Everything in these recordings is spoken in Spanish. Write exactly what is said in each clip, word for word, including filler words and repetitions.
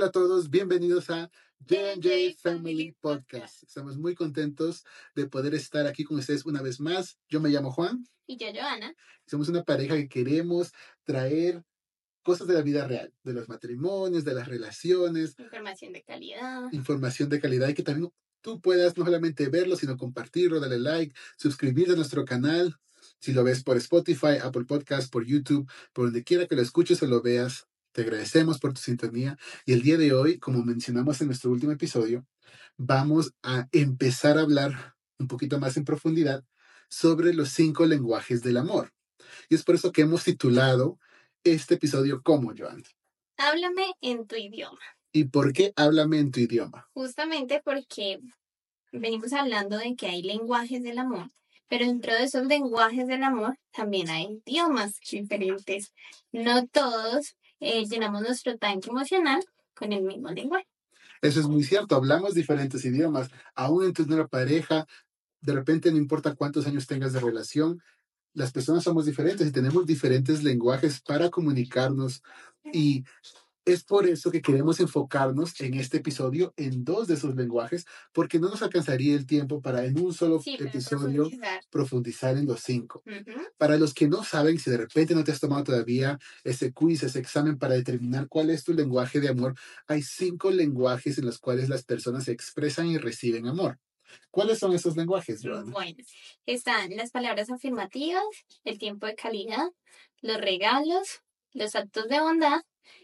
a todos, bienvenidos a J and J Family Podcast. Estamos muy contentos de poder estar aquí con ustedes una vez más. Yo me llamo Juan. Y yo, Joana. Somos una pareja que queremos traer cosas de la vida real, de los matrimonios, de las relaciones. Información de calidad. Información de calidad y que también tú puedas no solamente verlo, sino compartirlo, darle like, suscribirte a nuestro canal. Si lo ves por Spotify, Apple Podcast, por YouTube, por donde quiera que lo escuches o lo veas, te agradecemos por tu sintonía. Y el día de hoy, como mencionamos en nuestro último episodio, vamos a empezar a hablar un poquito más en profundidad sobre los cinco lenguajes del amor. Y es por eso que hemos titulado este episodio como, Joan. Háblame en tu idioma. ¿Y por qué háblame en tu idioma? Justamente porque venimos hablando de que hay lenguajes del amor, pero dentro de esos lenguajes del amor también hay idiomas diferentes. No todos eh, llenamos nuestro tanque emocional con el mismo lenguaje. Eso es muy cierto, hablamos diferentes idiomas. Aún entre una pareja, de repente no importa cuántos años tengas de relación, las personas somos diferentes y tenemos diferentes lenguajes para comunicarnos. Y es por eso que queremos enfocarnos en este episodio en dos de esos lenguajes, porque no nos alcanzaría el tiempo para en un solo Sí, episodio profundizar. profundizar en los cinco. Uh-huh. Para los que no saben, si de repente no te has tomado todavía ese quiz, ese examen para determinar cuál es tu lenguaje de amor, hay cinco lenguajes en los cuales las personas expresan y reciben amor. ¿Cuáles son esos lenguajes, Joana? Bueno, están las palabras afirmativas, el tiempo de calidad, los regalos, los actos de bondad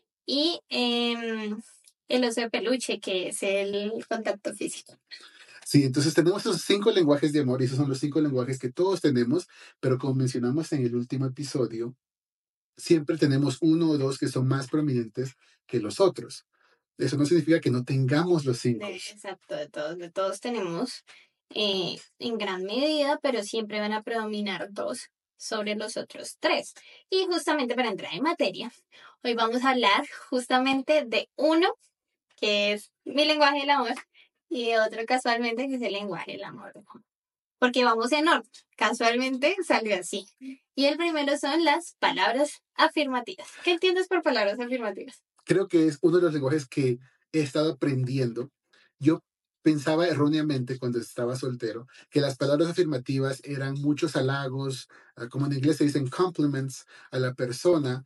y eh, el oso de peluche, que es el contacto físico. Sí, entonces tenemos esos cinco lenguajes de amor y esos son los cinco lenguajes que todos tenemos, pero como mencionamos en el último episodio, siempre tenemos uno o dos que son más prominentes que los otros. Eso no significa que no tengamos los cinco. De, exacto, de todos, de todos tenemos eh, en gran medida, pero siempre van a predominar dos sobre los otros tres. Y justamente para entrar en materia, hoy vamos a hablar justamente de uno, que es mi lenguaje del amor, y de otro casualmente, que es el lenguaje del amor. Porque vamos en orden, casualmente salió así. Y el primero son las palabras afirmativas. ¿Qué entiendes por palabras afirmativas? Creo que es uno de los lenguajes que he estado aprendiendo. Yo pensaba erróneamente cuando estaba soltero que las palabras afirmativas eran muchos halagos, como en inglés se dicen compliments a la persona,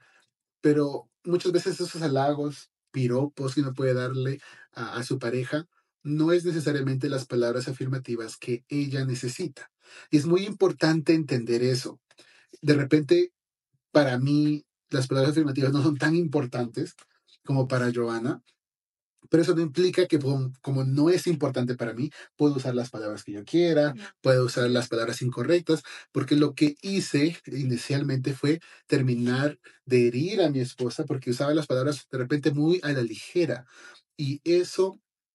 pero muchas veces esos halagos, piropos que uno puede darle a, a su pareja, no es necesariamente las palabras afirmativas que ella necesita. Y es muy importante entender eso. De repente, para mí, las palabras afirmativas no son tan importantes como para Joana, pero eso no implica que como, como no es importante para mí, puedo usar las palabras que yo quiera, puedo usar las palabras incorrectas, porque lo que hice inicialmente fue terminar de herir a mi esposa porque usaba las palabras de repente muy a la ligera. Y eso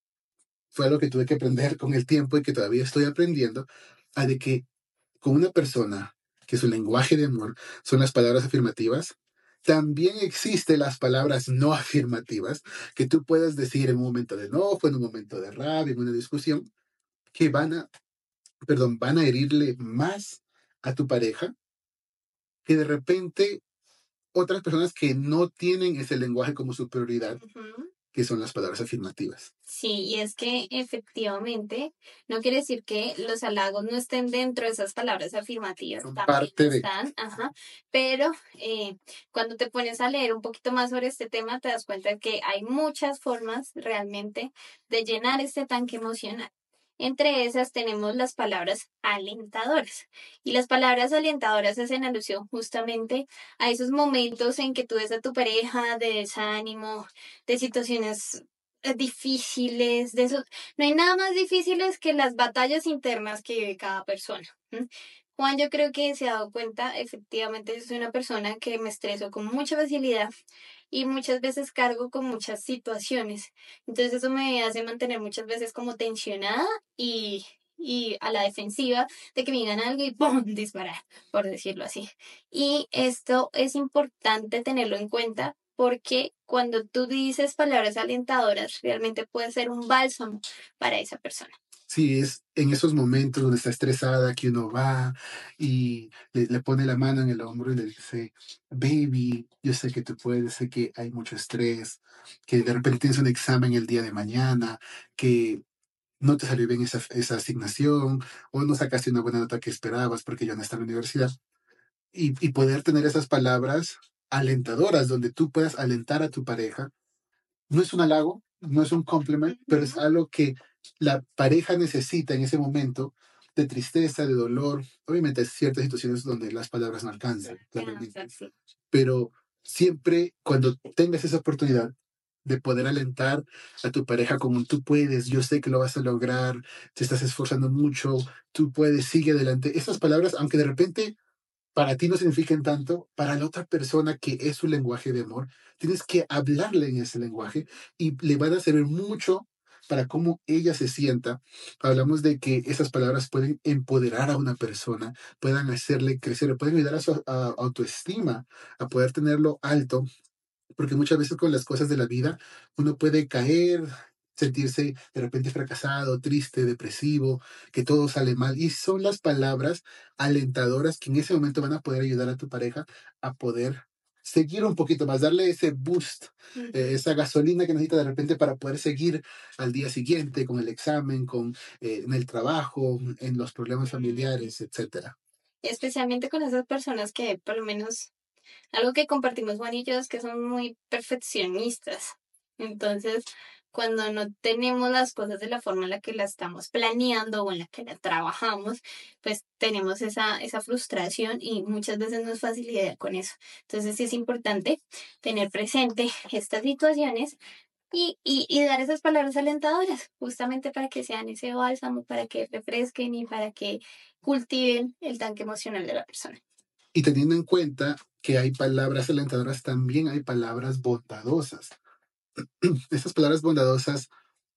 fue algo que tuve que aprender con el tiempo y que todavía estoy aprendiendo, a de que con una persona que su lenguaje de amor son las palabras afirmativas, también existen las palabras no afirmativas que tú puedas decir en un momento de enojo, en un momento de rabia, en una discusión, que van a, perdón, van a herirle más a tu pareja que de repente otras personas que no tienen ese lenguaje como su prioridad, Uh-huh. que son las palabras afirmativas. Sí, y es que efectivamente no quiere decir que los halagos no estén dentro de esas palabras afirmativas, Son también parte de... están, ajá, pero eh, cuando te pones a leer un poquito más sobre este tema, te das cuenta de que hay muchas formas realmente de llenar este tanque emocional. Entre esas tenemos las palabras alentadoras. Y las palabras alentadoras hacen alusión justamente a esos momentos en que tú ves a tu pareja de desánimo, de situaciones difíciles, de eso. No hay nada más difíciles que las batallas internas que vive cada persona. ¿m? Juan, yo creo que se ha dado cuenta, efectivamente, yo soy una persona que me estreso con mucha facilidad y muchas veces cargo con muchas situaciones. Entonces eso me hace mantener muchas veces como tensionada y, y a la defensiva de que me digan algo y ¡pum! Disparar, por decirlo así. Y esto es importante tenerlo en cuenta porque cuando tú dices palabras alentadoras, realmente puede ser un bálsamo para esa persona. Sí, es en esos momentos donde está estresada que uno va y le, le pone la mano en el hombro y le dice, baby, yo sé que tú puedes, sé que hay mucho estrés, que de repente tienes un examen el día de mañana, que no te salió bien esa, esa asignación o no sacaste una buena nota que esperabas porque ya no está en la universidad. Y, y poder tener esas palabras alentadoras donde tú puedas alentar a tu pareja no es un halago, no es un compliment, pero es Ujú. algo que la pareja necesita en ese momento de tristeza, de dolor. Obviamente hay ciertas situaciones donde las palabras no alcanzan, claramente, Alcanza, sí. pero siempre cuando tengas esa oportunidad de poder alentar a tu pareja como tú puedes, yo sé que lo vas a lograr, te estás esforzando mucho, tú puedes, sigue adelante. Esas palabras, aunque de repente para ti no significan tanto, para la otra persona que es su lenguaje de amor, tienes que hablarle en ese lenguaje y le van a servir mucho para cómo ella se sienta. Hablamos de que esas palabras pueden empoderar a una persona, puedan hacerle crecer, pueden ayudar a su a- autoestima, a poder tenerlo alto porque muchas veces con las cosas de la vida uno puede caer, sentirse de repente fracasado, triste, depresivo, que todo sale mal. Y son las palabras alentadoras que en ese momento van a poder ayudar a tu pareja a poder seguir un poquito más, darle ese boost, eh, Ujú. esa gasolina que necesita de repente para poder seguir al día siguiente con el examen, con, eh, en el trabajo, en los problemas Mm. familiares, etcétera. Especialmente con esas personas que por lo menos algo que compartimos Juan y yo es que son muy perfeccionistas. Entonces, cuando no tenemos las cosas de la forma en la que las estamos planeando o en la que las trabajamos, pues tenemos esa, esa frustración y muchas veces no es fácil lidiar con eso. Entonces, sí es importante tener presente estas situaciones y, y, y dar esas palabras alentadoras, justamente para que sean ese bálsamo, para que refresquen y para que cultiven el tanque emocional de la persona. Y teniendo en cuenta que hay palabras alentadoras, también hay palabras bondadosas. Estas palabras bondadosas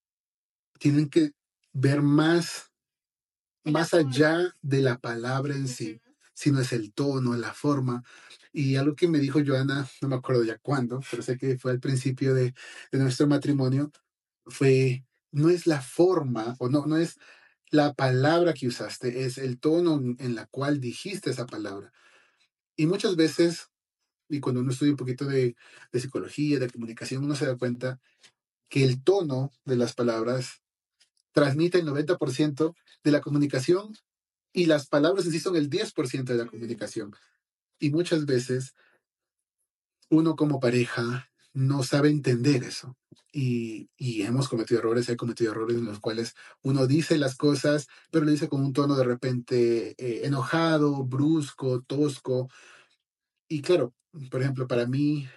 tienen que ver más, En la más forma. allá de la palabra en Ujú. sí, sino es el tono, la forma. Y algo que me dijo Joana, no me acuerdo ya cuándo, pero sé que fue al principio de, de nuestro matrimonio, fue, no es la forma o no, no es la palabra que usaste, es el tono en en la cual dijiste esa palabra. Y muchas veces, y cuando uno estudia un poquito de, de psicología, de comunicación, uno se da cuenta que el tono de las palabras transmite el noventa por ciento de la comunicación y las palabras en sí son el diez por ciento de la Mm. comunicación. Y muchas veces uno como pareja no sabe entender eso. Y, y hemos cometido errores, he cometido errores en los cuales uno dice las cosas, pero lo dice con un tono de repente eh, enojado, brusco, tosco. Y claro, por ejemplo, para mí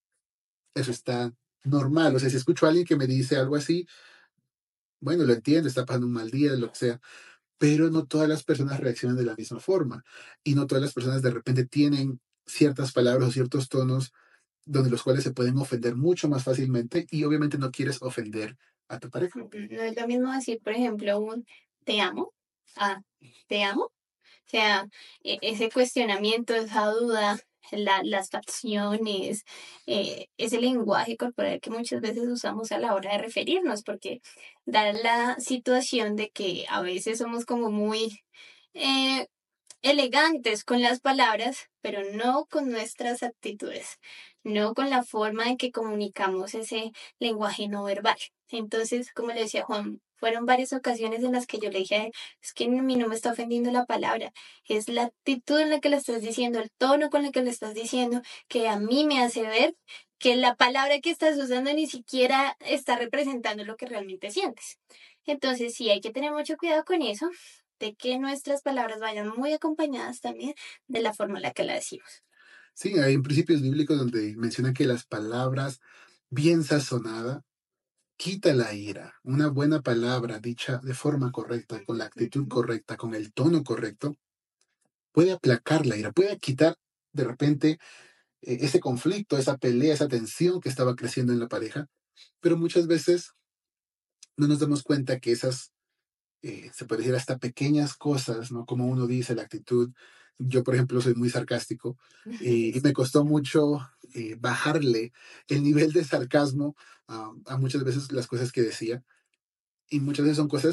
eso está normal. O sea, si escucho a alguien que me dice algo así, bueno, lo entiendo, está pasando un mal día, lo que sea, pero no todas las personas reaccionan de la misma forma y no todas las personas de repente tienen ciertas palabras o ciertos tonos donde los cuales se pueden ofender mucho más fácilmente y obviamente no quieres ofender a tu pareja. Ujú. No es lo mismo decir, por ejemplo, un te amo a te amo. O sea, e- ese cuestionamiento, esa duda, la- las facciones, eh, ese lenguaje corporal que muchas veces usamos a la hora de referirnos, porque da la situación de que a veces somos como muy eh, elegantes con las palabras, pero no con nuestras actitudes, no con la forma en que comunicamos ese lenguaje no verbal. Entonces, como le decía Juan, fueron varias ocasiones en las que yo le dije a él, es que a mí no me está ofendiendo la palabra, es la actitud en la que la estás diciendo, el tono con el que lo estás diciendo, que a mí me hace ver que la palabra que estás usando ni siquiera está representando lo que realmente sientes. Entonces, sí, hay que tener mucho cuidado con eso, de que nuestras palabras vayan muy acompañadas también de la forma en la que la decimos. Sí, hay principios bíblicos donde mencionan que las palabras bien sazonadas quita la ira. Una buena palabra dicha de forma correcta, con la actitud Ujú. correcta, con el tono correcto, puede aplacar la ira, puede quitar de repente eh, ese conflicto, esa pelea, esa tensión que estaba creciendo en la pareja. Pero muchas veces no nos damos cuenta que esas, eh, se puede decir, hasta pequeñas cosas, ¿no? Como uno dice, la actitud. Yo, por ejemplo, soy muy sarcástico eh, y me costó mucho eh, bajarle el nivel de sarcasmo a, a muchas veces las cosas que decía. Y muchas veces son cosas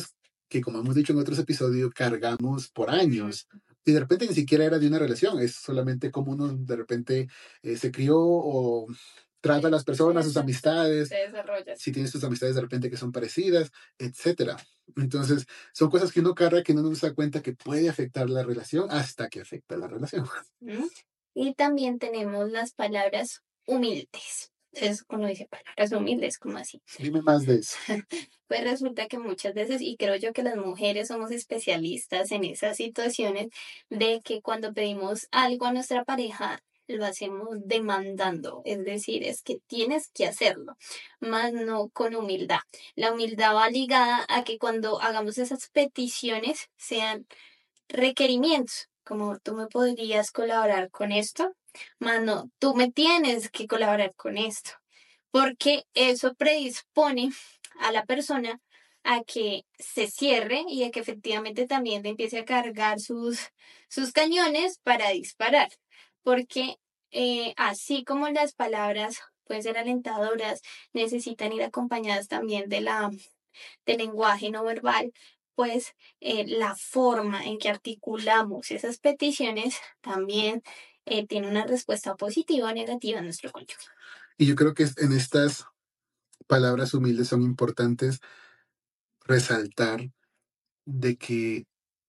que, como hemos dicho en otros episodios, cargamos por años. Y de repente ni siquiera era de una relación, es solamente como uno de repente eh, se crió o trata a las personas, sus amistades, Se desarrolla. si tienes tus amistades de repente que son parecidas, etcétera. Entonces, son cosas que uno carga que uno no se da cuenta que puede afectar la relación hasta que afecta la relación. ¿Mm? Y también tenemos las palabras humildes. Entonces, cuando dice palabras humildes, ¿cómo así? Dime más de eso. Pues resulta que muchas veces, y creo yo que las mujeres somos especialistas en esas situaciones, de que cuando pedimos algo a nuestra pareja, lo hacemos demandando, es decir, es que tienes que hacerlo, más no con humildad. La humildad va ligada a que cuando hagamos esas peticiones sean requerimientos, como tú me podrías colaborar con esto, más no, tú me tienes que colaborar con esto, porque eso predispone a la persona a que se cierre y a que efectivamente también empiece a cargar sus, sus cañones para disparar, porque eh, así como las palabras pueden ser alentadoras, necesitan ir acompañadas también de la del lenguaje no verbal, pues eh, la forma en que articulamos esas peticiones también eh, tiene una respuesta positiva o negativa en nuestro cónyuge. Y yo creo que en estas palabras humildes son importantes resaltar de que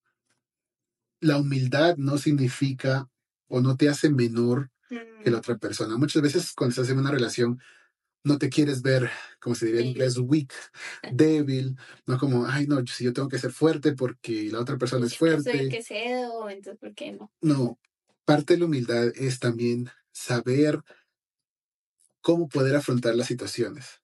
la humildad no significa o no te hace menor que la Mm, otra persona. Muchas veces cuando estás en una relación no te quieres ver, como se diría en inglés, débil. weak, débil, no como, ay, no, si yo tengo que ser fuerte porque la otra persona Yo es siempre soy el fuerte. que cedo, entonces ¿por qué no? No, parte de la humildad es también saber cómo poder afrontar las situaciones.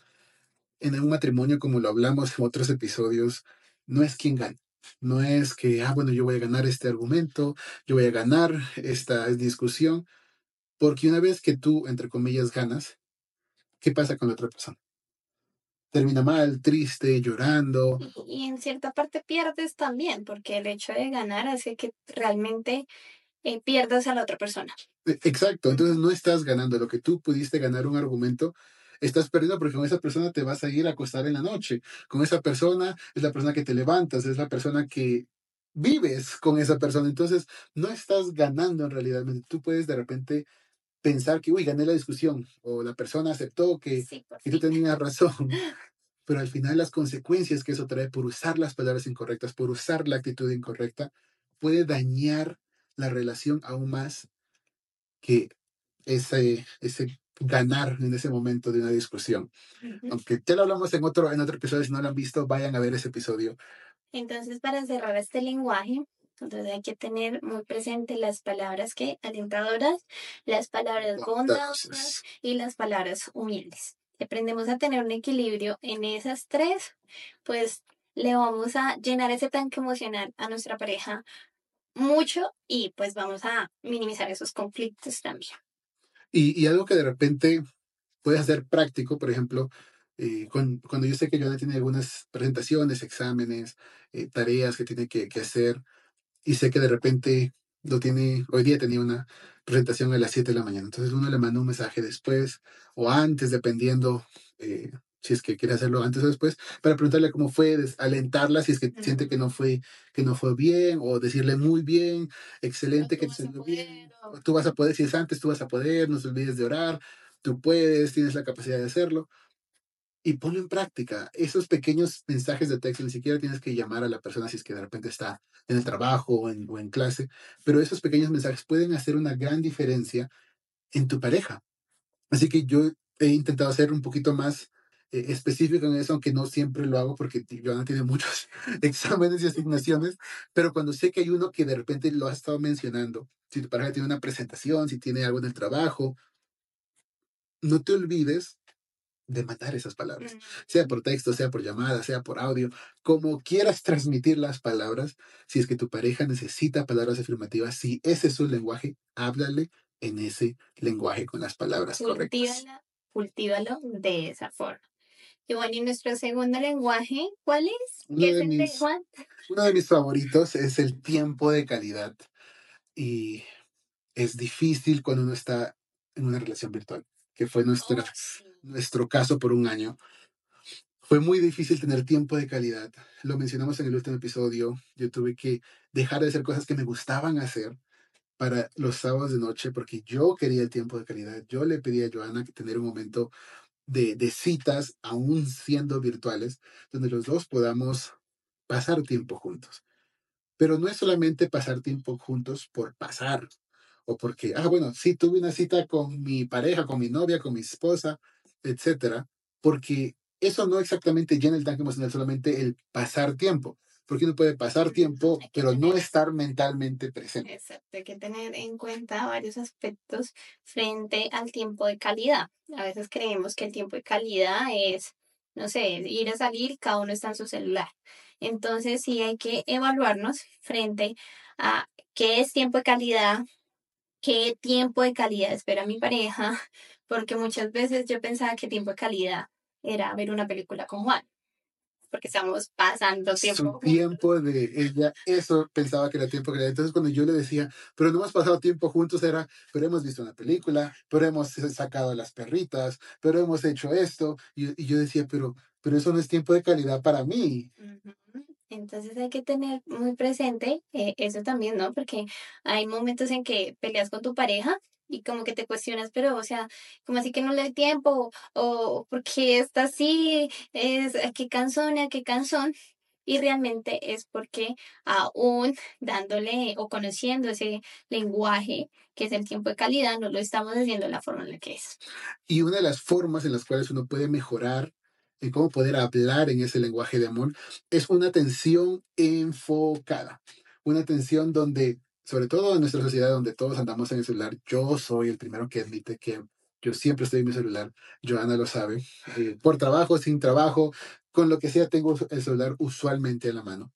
En un matrimonio, como lo hablamos en otros episodios, no es quien gana. No es que, ah, bueno, yo voy a ganar este argumento, yo voy a ganar esta discusión, porque una vez que tú, entre comillas, ganas, ¿qué pasa con la otra persona? Termina mal, triste, llorando. Y, y en cierta parte pierdes también, porque el hecho de ganar hace que realmente eh, pierdas a la otra persona. E- Exacto, entonces Ujú. no estás ganando lo que tú pudiste ganar un argumento, estás perdiendo porque con esa persona te vas a ir a acostar en la noche. Con esa persona es la persona que te levantas, es la persona que vives con esa persona. Entonces no estás ganando en realidad. Tú puedes de repente pensar que, uy, gané la discusión o la persona aceptó que, Sí, por que tú fin. tenías razón, pero al final las consecuencias que eso trae por usar las palabras incorrectas, por usar la actitud incorrecta, puede dañar la relación aún más que ese, ese ganar en ese momento de una discusión. Ujú. Aunque ya lo hablamos en otro, en otro episodio, si no lo han visto, vayan a ver ese episodio. Entonces, para cerrar este lenguaje, entonces hay que tener muy presente las palabras que alentadoras, las palabras bondadosas Bondadosas. y las palabras humildes. Si aprendemos a tener un equilibrio en esas tres, pues le vamos a llenar ese tanque emocional a nuestra pareja mucho y pues vamos a minimizar esos conflictos también. Y, y algo que de repente puede ser práctico, por ejemplo, eh, con- cuando yo sé que Joana tiene algunas presentaciones, exámenes, eh, tareas que tiene que, que hacer, y sé que de repente lo tiene, hoy día tenía una presentación a las siete de la mañana, entonces uno le manda un mensaje después o antes, dependiendo eh, si es que quiere hacerlo antes o después, para preguntarle cómo fue, des- alentarla si es que siente que no Mm, fue, que no fue bien, o decirle muy bien, pero excelente, tú que te vas a salió bien, poder. o- o tú vas a poder, si es antes, tú vas a poder, no te olvides de orar, tú puedes, tienes la capacidad de hacerlo y ponlo en práctica. Esos pequeños mensajes de texto, ni siquiera tienes que llamar a la persona si es que de repente está en el trabajo o en, o en clase, pero esos pequeños mensajes pueden hacer una gran diferencia en tu pareja. Así que yo he intentado ser un poquito más eh, específico en eso, aunque no siempre lo hago porque ti- Joana tiene muchos exámenes y asignaciones, pero cuando sé que hay uno que de repente lo has estado mencionando, si tu pareja tiene una presentación, si tiene algo en el trabajo, no te olvides de mandar esas palabras, sea Mm, por texto, sea por llamada, sea por audio, como quieras transmitir las palabras. Si es que tu pareja necesita palabras afirmativas, si ese es su lenguaje, háblale en ese lenguaje con las palabras correctas. cultívala, cultívalo de esa forma. Y bueno, y nuestro segundo lenguaje, ¿cuál es? ¿Qué Uno es de el de mis, Juan? uno de mis favoritos es el tiempo de calidad y es difícil cuando uno está en una relación virtual, que fue nuestra, Oh, sí. nuestro caso por un año. Fue muy difícil tener tiempo de calidad. Lo mencionamos en el último episodio. Yo tuve que dejar de hacer cosas que me gustaban hacer para los sábados de noche porque yo quería el tiempo de calidad. Yo le pedí a Joana que tener un momento de, de citas, aún siendo virtuales, donde los dos podamos pasar tiempo juntos. Pero no es solamente pasar tiempo juntos por pasar o porque, ah, bueno, sí, tuve una cita con mi pareja, con mi novia, con mi esposa, etcétera, porque eso no exactamente llena el tanque emocional, solamente el pasar tiempo, porque uno puede pasar tiempo, Hay que pero no tener, estar mentalmente presente. exacto, hay que tener en cuenta varios aspectos frente al tiempo de calidad. A veces creemos que el tiempo de calidad es, no sé, ir a salir y cada uno está en su celular. Entonces sí hay que evaluarnos frente a qué es tiempo de calidad, qué tiempo de calidad espera mi pareja, porque muchas veces yo pensaba que tiempo de calidad era ver una película con Juan, porque estamos pasando Su tiempo juntos. tiempo de ella, eso pensaba que era tiempo que era. Entonces cuando yo le decía, pero no hemos pasado tiempo juntos, era, pero hemos visto una película, pero hemos sacado a las perritas, pero hemos hecho esto. Y, y yo decía, pero, pero eso no es tiempo de calidad para mí. Ujú. Entonces hay que tener muy presente eh, eso también, ¿no? Porque hay momentos en que peleas con tu pareja y como que te cuestionas, pero, o sea, como así que no le doy tiempo, o por qué está así, es, ¿a qué canción, a qué canción? Y realmente es porque aún dándole o conociendo ese lenguaje que es el tiempo de calidad, no lo estamos haciendo de la forma en la que es. Y una de las formas en las cuales uno puede mejorar en cómo poder hablar en ese lenguaje de amor es una atención enfocada. Una atención donde, sobre todo en nuestra sociedad donde todos andamos en el celular, yo soy el primero que admite que yo siempre estoy en mi celular. Joana lo sabe. Eh, por trabajo, sin trabajo, con lo que sea, tengo el celular usualmente en la mano.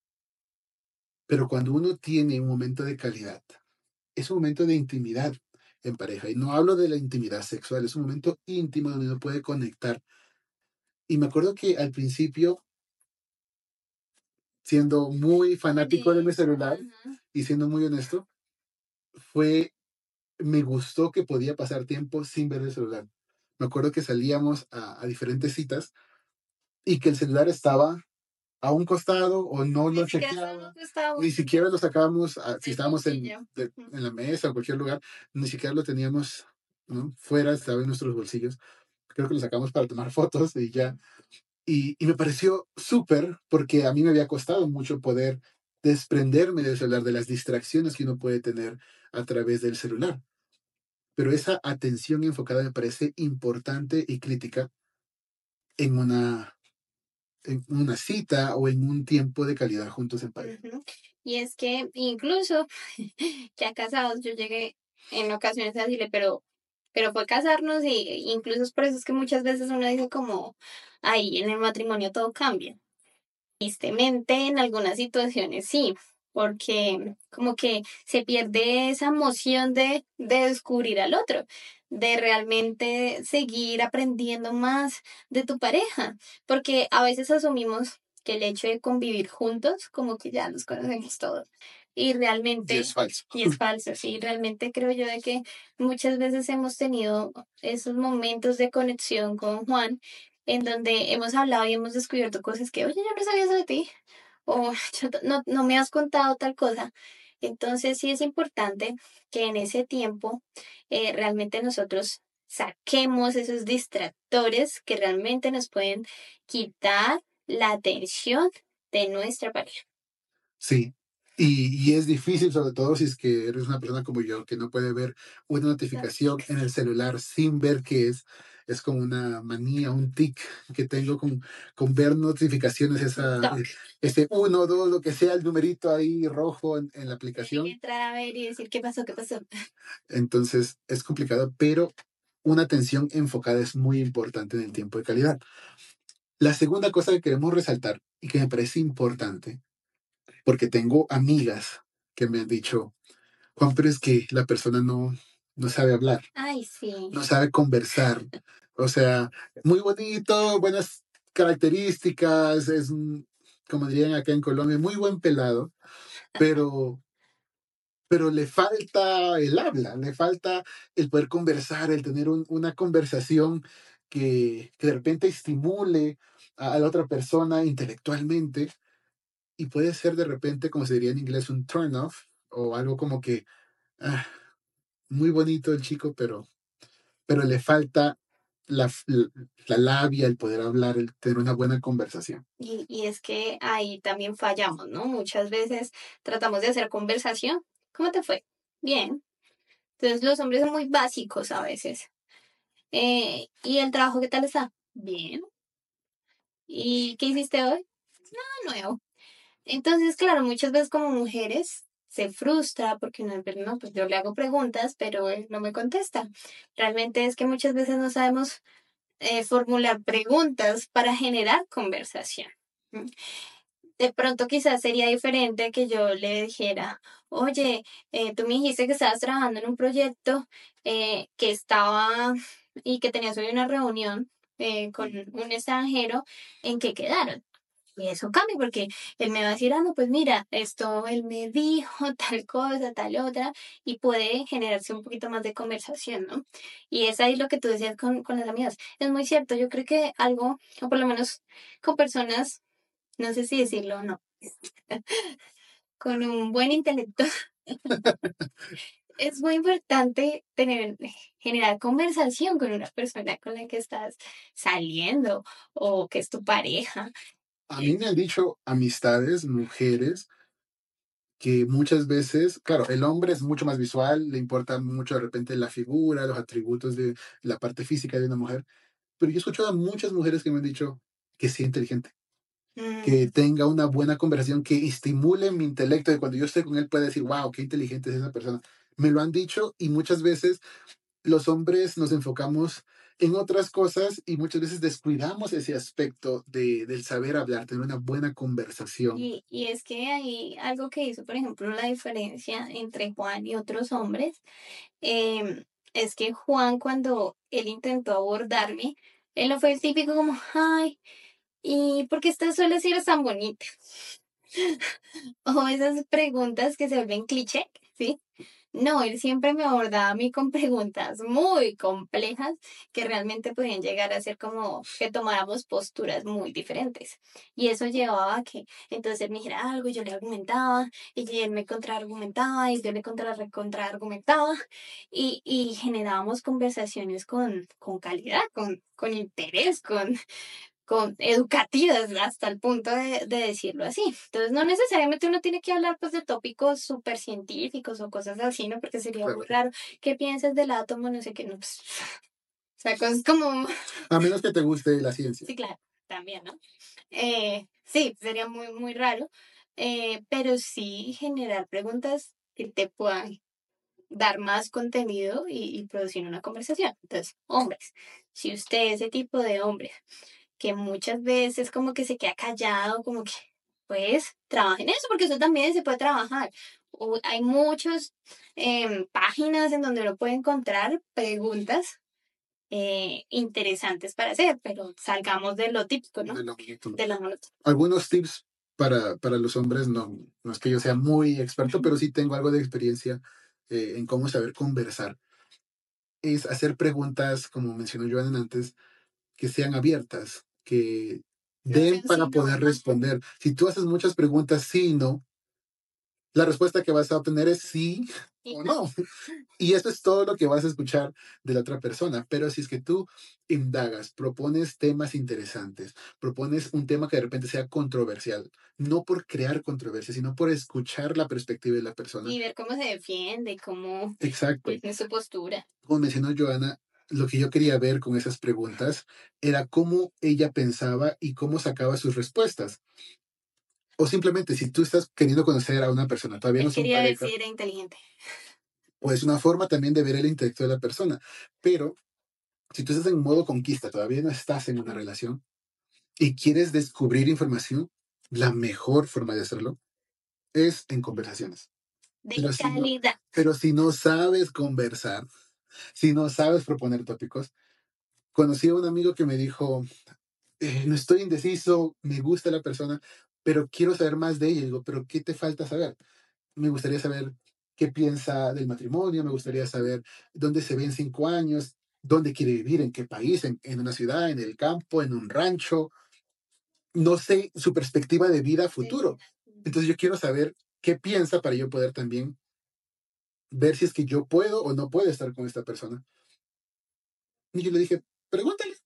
Pero cuando uno tiene un momento de calidad, es un momento de intimidad en pareja. Y no hablo de la intimidad sexual, es un momento íntimo donde uno puede conectar. Y me acuerdo que al principio, siendo muy fanático de mi Eso, celular ajá. y siendo muy honesto, fue, me gustó que podía pasar tiempo sin ver el celular. Me acuerdo que salíamos a, a diferentes citas y que el celular estaba a un costado o no Ni lo siquiera chequeaba, estábamos, estábamos ni siquiera lo sacábamos, a- si del estábamos en, bolsillo. de- Ujú. en la mesa o cualquier lugar, ni siquiera lo teníamos, ¿no? Fuera, estaba en nuestros bolsillos. Creo que lo sacamos para tomar fotos y ya. Y, y me pareció súper porque a mí me había costado mucho poder desprenderme del celular, de las distracciones que uno puede tener a través del celular. Pero esa atención enfocada me parece importante y crítica en una, en una cita o en un tiempo de calidad juntos en pareja. Ujú. Y es que incluso ya casados, yo llegué en ocasiones a decirle, pero, pero fue casarnos y incluso es por eso es que muchas veces uno dice como, ahí en el matrimonio todo cambia. Tristemente, en algunas situaciones sí, porque como que se pierde esa emoción de, de descubrir al otro, de realmente seguir aprendiendo más de tu pareja, porque a veces asumimos que el hecho de convivir juntos, como que ya los conocemos todos, y Y realmente, es falso. y es falso, sí, realmente creo yo de que muchas veces hemos tenido esos momentos de conexión con Juan en donde hemos hablado y hemos descubierto cosas que, oye, yo no sabía eso de ti, o yo t- no, no me has contado tal cosa. Entonces sí es importante que en ese tiempo eh, realmente nosotros saquemos esos distractores que realmente nos pueden quitar la atención de nuestra pareja. Sí. Y, y es difícil, sobre todo si es que eres una persona como yo, que no puede ver una notificación en el celular sin ver qué es. Es como una manía, un tic que tengo con, con ver notificaciones, esa, TikTok. ese uno, dos, lo que sea, el numerito ahí rojo en, en la Tiene que aplicación. entrar a ver y decir qué pasó, qué pasó. Entonces es complicado, pero una atención enfocada es muy importante en el tiempo de calidad. La segunda cosa que queremos resaltar y que me parece importante, porque tengo amigas que me han dicho, Juan, pero es que la persona no, no sabe hablar, Ay, sí. no sabe conversar. O sea, muy bonito, buenas características, es, un, como dirían acá en Colombia, muy buen pelado, pero, pero le falta el habla, le falta el poder conversar, el tener un- una conversación que, que de repente estimule. a, a la otra persona intelectualmente y puede ser de repente, como se diría en inglés, un turn off o algo como que ah, muy bonito el chico, pero, pero le falta la, la, la labia, el poder hablar, el tener una buena conversación. Y, y es que ahí también fallamos, ¿no? Muchas veces tratamos de hacer conversación. ¿Cómo te fue? Bien. Entonces los hombres son muy básicos a veces. Eh, ¿y el trabajo qué tal está? Bien. ¿Y qué hiciste hoy? Nada nuevo. Entonces, claro, muchas veces como mujeres se frustra porque uno, pues, no, pues yo le hago preguntas, pero él no me contesta. Realmente es que muchas veces no sabemos eh, formular preguntas para generar conversación. ¿M? De pronto quizás sería diferente que yo le dijera, oye, eh, tú me dijiste que estabas trabajando en un proyecto eh, que estaba y que tenías hoy una reunión eh, con un extranjero, ¿en qué quedaron? Y eso cambia porque él me va a decir, ah, no, pues mira, esto él me dijo tal cosa, tal otra, y puede generarse un poquito más de conversación, ¿no? Y es ahí lo que tú decías con, con las amigas. Es muy cierto, yo creo que algo, o por lo menos con personas, no sé si decirlo o no, con un buen intelecto, es muy importante tener, generar conversación con una persona con la que estás saliendo o que es tu pareja. A mí me han dicho amistades, mujeres, que muchas veces, claro, el hombre es mucho más visual, le importa mucho de repente la figura, los atributos de la parte física de una mujer, pero yo he escuchado a muchas mujeres que me han dicho que sea inteligente, que Mm, tenga una buena conversación, que estimule mi intelecto, de cuando yo esté con él pueda decir, wow, qué inteligente es esa persona. Me lo han dicho y muchas veces los hombres nos enfocamos en otras cosas y muchas veces descuidamos ese aspecto de, del saber hablar, tener una buena conversación. Y, y es que hay algo que hizo, por ejemplo, la diferencia entre Juan y otros hombres, em, es que Juan cuando él intentó abordarme, él no fue el típico como, ay, ¿y por qué estás sola si eres tan bonita? O esas preguntas que se vuelven cliché, ¿sí? No, él siempre me abordaba a mí con preguntas muy complejas que realmente podían llegar a ser como que tomáramos posturas muy diferentes. Y eso llevaba a que entonces él me dijera algo y yo le argumentaba, y él me contraargumentaba, y yo le contra contraargumentaba, y, y generábamos conversaciones con, con calidad, con, con interés, con, con educativas hasta el punto de, de decirlo así. Entonces, no necesariamente uno tiene que hablar pues de tópicos súper científicos o cosas así, ¿no? Porque sería muy Claro. raro. ¿Qué piensas del átomo? No sé qué, no, pues, o sea, cosas como, A menos que te guste la ciencia. sí, claro, también, ¿no? Eh, sí, sería muy, muy raro. Eh, pero sí generar preguntas que te puedan dar más contenido y, y producir una conversación. Entonces, hombres, si usted es ese tipo de hombre que muchas veces como que se queda callado, como que, pues, trabaja en eso, porque eso también se puede trabajar. O hay muchas em, páginas en donde uno puede encontrar preguntas eh, interesantes para hacer, pero salgamos de lo típico, ¿no? De lo monótono. De lo monótono. Algunos tips para, para los hombres, no, no es que yo sea muy experto, pero sí tengo algo de experiencia eh, en cómo saber conversar. Es hacer preguntas, como mencionó Joan antes, que sean abiertas, que No den sé para si no. poder responder. Si tú haces muchas preguntas sí y no, la respuesta que vas a obtener es sí Y o no. no. Y eso es todo lo que vas a escuchar de la otra persona. Pero si es que tú indagas, propones temas interesantes, propones un tema que de repente sea controversial, no por crear controversia, sino por escuchar la perspectiva de la persona. Y ver cómo se defiende, cómo Exacto. es su postura. Como mencionó Joana, lo que yo quería ver con esas preguntas era cómo ella pensaba y cómo sacaba sus respuestas. O simplemente, si tú estás queriendo conocer a una persona, todavía no Él son quería ver pareja, si era inteligente. pues una forma también de ver el intelecto de la persona. Pero si tú estás en modo conquista, todavía no estás en una relación y quieres descubrir información, la mejor forma de hacerlo es en conversaciones. De Pero si no, calidad. pero si no sabes conversar, si no sabes proponer tópicos, conocí a un amigo que me dijo, eh, no estoy indeciso, me gusta la persona, pero quiero saber más de ella. Y digo, pero ¿qué te falta saber? Me gustaría saber qué piensa del matrimonio, me gustaría saber dónde se ve en cinco años, dónde quiere vivir, en qué país, en, en una ciudad, en el campo, en un rancho. no sé su perspectiva de vida a Sí. futuro. Entonces yo quiero saber qué piensa para yo poder también ver si es que yo puedo o no puedo estar con esta persona. Y yo le dije, pregúntale.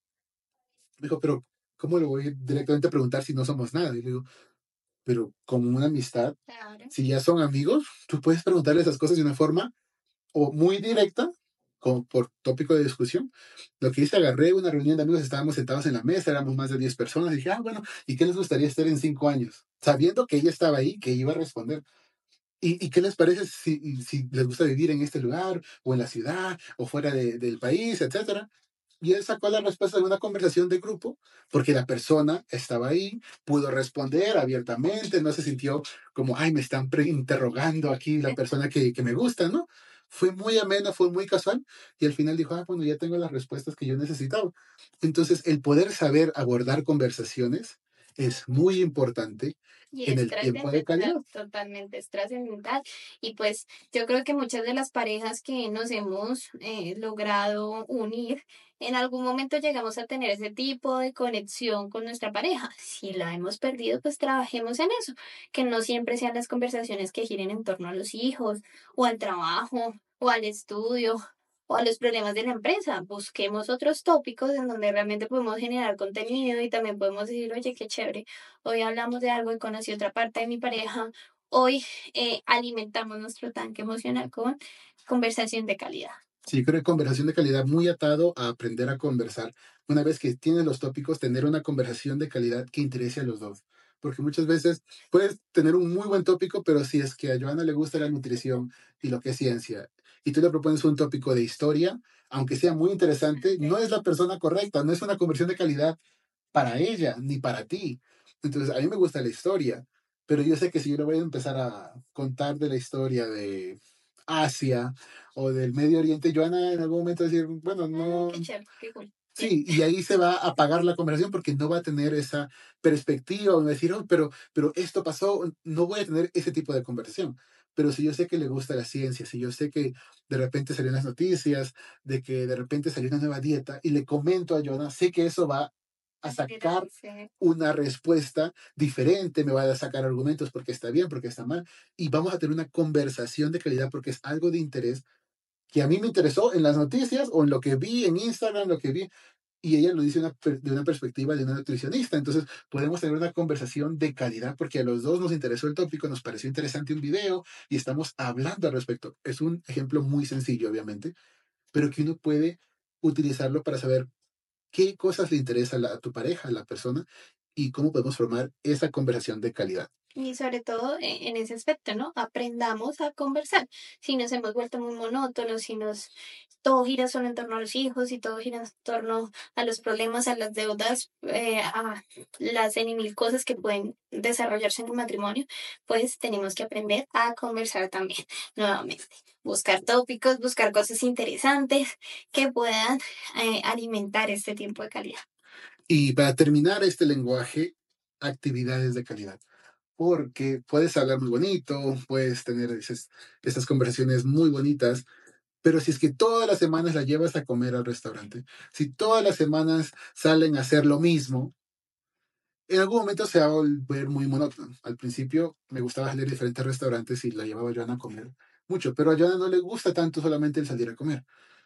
Me dijo, pero ¿cómo le voy directamente a preguntar si no somos nada? Y le digo, pero como una amistad, Claro. si ya son amigos, tú puedes preguntarle esas cosas de una forma o muy directa, como por tópico de discusión. Lo que hice, agarré una reunión de amigos, estábamos sentados en la mesa, éramos más de diez personas, y dije, ah, bueno, ¿y qué les gustaría estar en cinco años? Sabiendo que ella estaba ahí, que iba a responder. ¿Y, y qué les parece si, si les gusta vivir en este lugar, o en la ciudad, o fuera de- del país, etcétera? Y él sacó la respuesta de una conversación de grupo, porque la persona estaba ahí, pudo responder abiertamente, no se sintió como, ay, me están pre- interrogando aquí la persona que, que me gusta, ¿no? Fue muy ameno, fue muy casual, y al final dijo, ah, bueno, ya tengo las respuestas que yo necesitaba. Entonces, el poder saber abordar conversaciones es muy importante Y en es el tiempo de calidad. trascendental, totalmente es trascendental. Y pues yo creo que muchas de las parejas que nos hemos eh, logrado unir, en algún momento llegamos a tener ese tipo de conexión con nuestra pareja. Si la hemos perdido, pues trabajemos en eso, que no siempre sean las conversaciones que giren en torno a los hijos o al trabajo o al estudio o a los problemas de la empresa. Busquemos otros tópicos en donde realmente podemos generar contenido y también podemos decir, oye, qué chévere, hoy hablamos de algo y conocí otra parte de mi pareja. Hoy eh, alimentamos nuestro tanque emocional con conversación de calidad. Sí, creo que conversación de calidad muy atado a aprender a conversar. Una vez que tienes los tópicos, tener una conversación de calidad que interese a los dos. Porque muchas veces puedes tener un muy buen tópico, pero si es que a Joana le gusta la nutrición y lo que es ciencia, y tú le propones un tópico de historia, aunque sea muy interesante, no es la persona correcta, no es una conversión de calidad para ella ni para ti. Entonces, a mí me gusta la historia, pero yo sé que si yo le voy a empezar a contar de la historia de Asia o del Medio Oriente, Joana en algún momento va a decir, bueno, Ah, no, qué chévere, qué cool. Sí. sí, y ahí se va a apagar la conversación porque no va a tener esa perspectiva, o va a decir, oh, pero, pero esto pasó, no voy a tener ese tipo de conversación. Pero si yo sé que le gusta la ciencia, si yo sé que de repente salieron las noticias, de que de repente salió una nueva dieta, y le comento a Joana, sé que eso va a sacar Sí. una respuesta diferente, me va a sacar argumentos porque está bien, porque está mal, y vamos a tener una conversación de calidad porque es algo de interés que a mí me interesó en las noticias o en lo que vi en Instagram, lo que vi, y ella lo dice una per- de una perspectiva de una nutricionista. Entonces, podemos tener una conversación de calidad porque a los dos nos interesó el tópico, nos pareció interesante un video y estamos hablando al respecto. Es un ejemplo muy sencillo, obviamente, pero que uno puede utilizarlo para saber qué cosas le interesa a, la- a tu pareja, a la persona, y cómo podemos formar esa conversación de calidad. Y sobre todo e- en ese aspecto, ¿no? Aprendamos a conversar. Si nos hemos vuelto muy monótonos, si nos todo gira solo en torno a los hijos y todo gira en torno a los problemas, a las deudas, eh, a las en y mil cosas que pueden desarrollarse en un matrimonio, pues tenemos que aprender a conversar también, nuevamente. Buscar tópicos, buscar cosas interesantes que puedan eh, alimentar este tiempo de calidad. Y para terminar este lenguaje, actividades de calidad. Porque puedes hablar muy bonito, puedes tener esas, esas conversaciones muy bonitas, pero si es que todas las semanas la llevas a comer al restaurante, si todas las semanas salen a hacer lo mismo, en algún momento se va a volver muy monótono. Al principio me gustaba salir a diferentes restaurantes y la llevaba a Joana a comer mucho, pero a Joana no le gusta tanto solamente el salir a comer.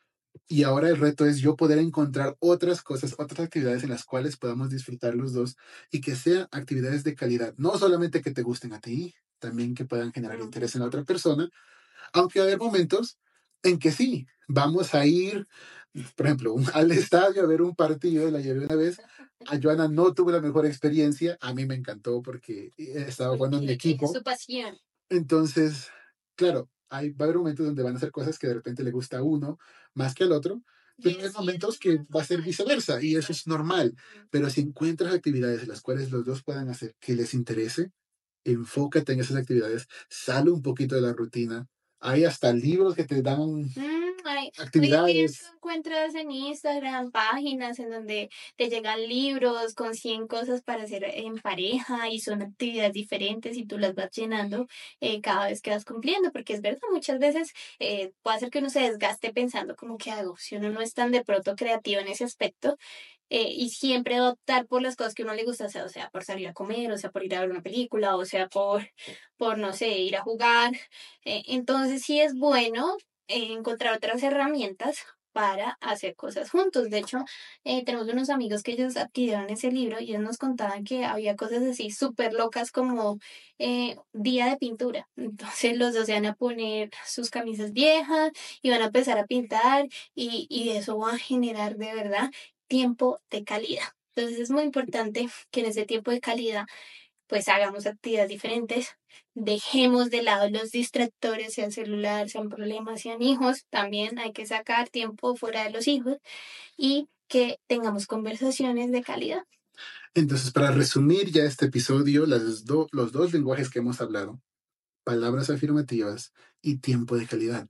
Y ahora el reto es yo poder encontrar otras cosas, otras actividades en las cuales podamos disfrutar los dos y que sean actividades de calidad. No solamente que te gusten a ti, también que puedan generar interés en la otra persona, aunque va a haber momentos en que sí, vamos a ir, por ejemplo, un- al estadio a ver un partido, la llevé una vez. A Joana no tuve la mejor experiencia, a mí me encantó porque estaba jugando en mi Porque es equipo. su pasión. Entonces, claro, hay, va a haber momentos donde van a ser cosas que de repente le gusta a uno más que al otro, Y pero hay así es momentos lo que más va a ser normal. viceversa y eso es normal. Mm. Pero si encuentras actividades en las cuales los dos puedan hacer que les interese, enfócate en esas actividades, sale un poquito de la rutina. Hay hasta libros que te dan Mm, ay, hoy en día actividades. encuentras en Instagram páginas en donde te llegan libros con cien cosas para hacer en pareja y son actividades diferentes y tú las vas llenando eh, cada vez que vas cumpliendo, porque es verdad, muchas veces eh, puede hacer que uno se desgaste pensando como que hago, si uno no es tan de pronto creativo en ese aspecto, eh, y siempre optar por las cosas que a uno le gusta, o sea, o sea, por salir a comer, o sea, por ir a ver una película, o sea, por, por no sé, ir a jugar. Eh, entonces sí es bueno eh, encontrar otras herramientas para hacer cosas juntos. De hecho, eh, tenemos unos amigos que ellos adquirieron ese libro y ellos nos contaban que había cosas así súper locas como eh, día de pintura. Entonces los dos se van a poner sus camisas viejas y van a empezar a pintar y, y eso va a generar de verdad tiempo de calidad. Entonces es muy importante que en ese tiempo de calidad pues hagamos actividades diferentes, dejemos de lado los distractores, sean celular, sean problemas, sean hijos, también hay que sacar tiempo fuera de los hijos y que tengamos conversaciones de calidad. Entonces, para resumir ya este episodio, las do- los dos lenguajes que hemos hablado, palabras afirmativas y tiempo de calidad.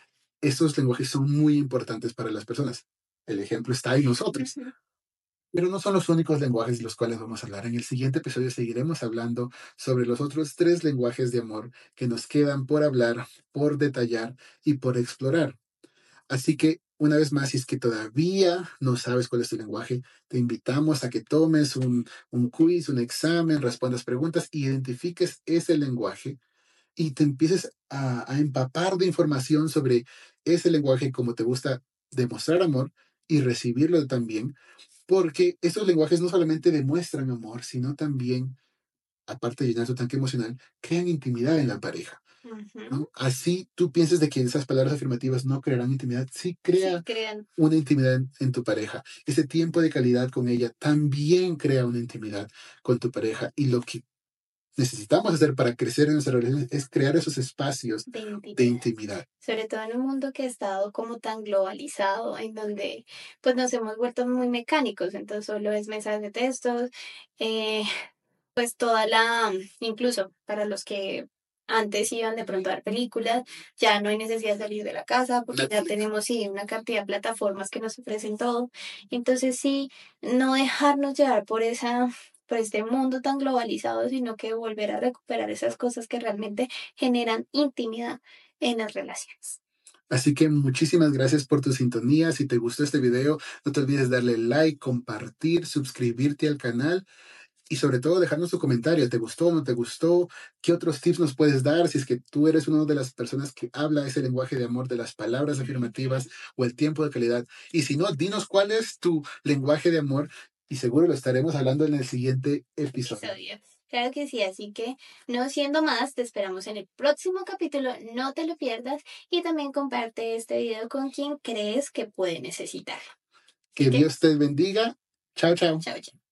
Estos lenguajes son muy importantes para las personas. El ejemplo está en nosotros. Ujú. Pero no son los únicos lenguajes de los cuales vamos a hablar. En el siguiente episodio seguiremos hablando sobre los otros tres lenguajes de amor que nos quedan por hablar, por detallar y por explorar. Así que, una vez más, si es que todavía no sabes cuál es tu lenguaje, te invitamos a que tomes un, un quiz, un examen, respondas preguntas, identifiques ese lenguaje y te empieces a, a empapar de información sobre ese lenguaje, como te gusta demostrar amor y recibirlo también, porque estos lenguajes no solamente demuestran amor, sino también, aparte de llenar tu tanque emocional, crean intimidad en la pareja. Ujú. ¿No? Así tú piensas de que esas palabras afirmativas no crearán intimidad, sí Sí, crea crean. una intimidad en, en tu pareja. Ese tiempo de calidad con ella también crea una intimidad con tu pareja. Y lo que necesitamos hacer para crecer en nuestra relación es crear esos espacios De de intimidad. intimidad. Sobre todo en un mundo que ha estado como tan globalizado, en donde pues nos hemos vuelto muy mecánicos, entonces solo es mensajes de textos, eh, pues toda la, incluso para los que antes iban de pronto a ver películas, ya no hay necesidad de salir de la casa porque ya Netflix. tenemos sí una cantidad de plataformas que nos ofrecen todo. Entonces sí, no dejarnos llevar por esa, por este mundo tan globalizado, sino que volver a recuperar esas cosas que realmente generan intimidad en las relaciones. Así que muchísimas gracias por tu sintonía. Si te gustó este video, no te olvides darle like, compartir, suscribirte al canal y sobre todo dejarnos tu comentario. ¿Te gustó o no te gustó? ¿Qué otros tips nos puedes dar si es que tú eres una de las personas que habla ese lenguaje de amor de las palabras afirmativas o el tiempo de calidad? Y si no, dinos cuál es tu lenguaje de amor y seguro lo estaremos hablando en el siguiente episodio. Episodio. Claro que sí, así que no siendo más, te esperamos en el próximo capítulo, no te lo pierdas y también comparte este video con quien crees que puede necesitarlo. Así Que que, Dios te bendiga. Chao, chao. chao, chao.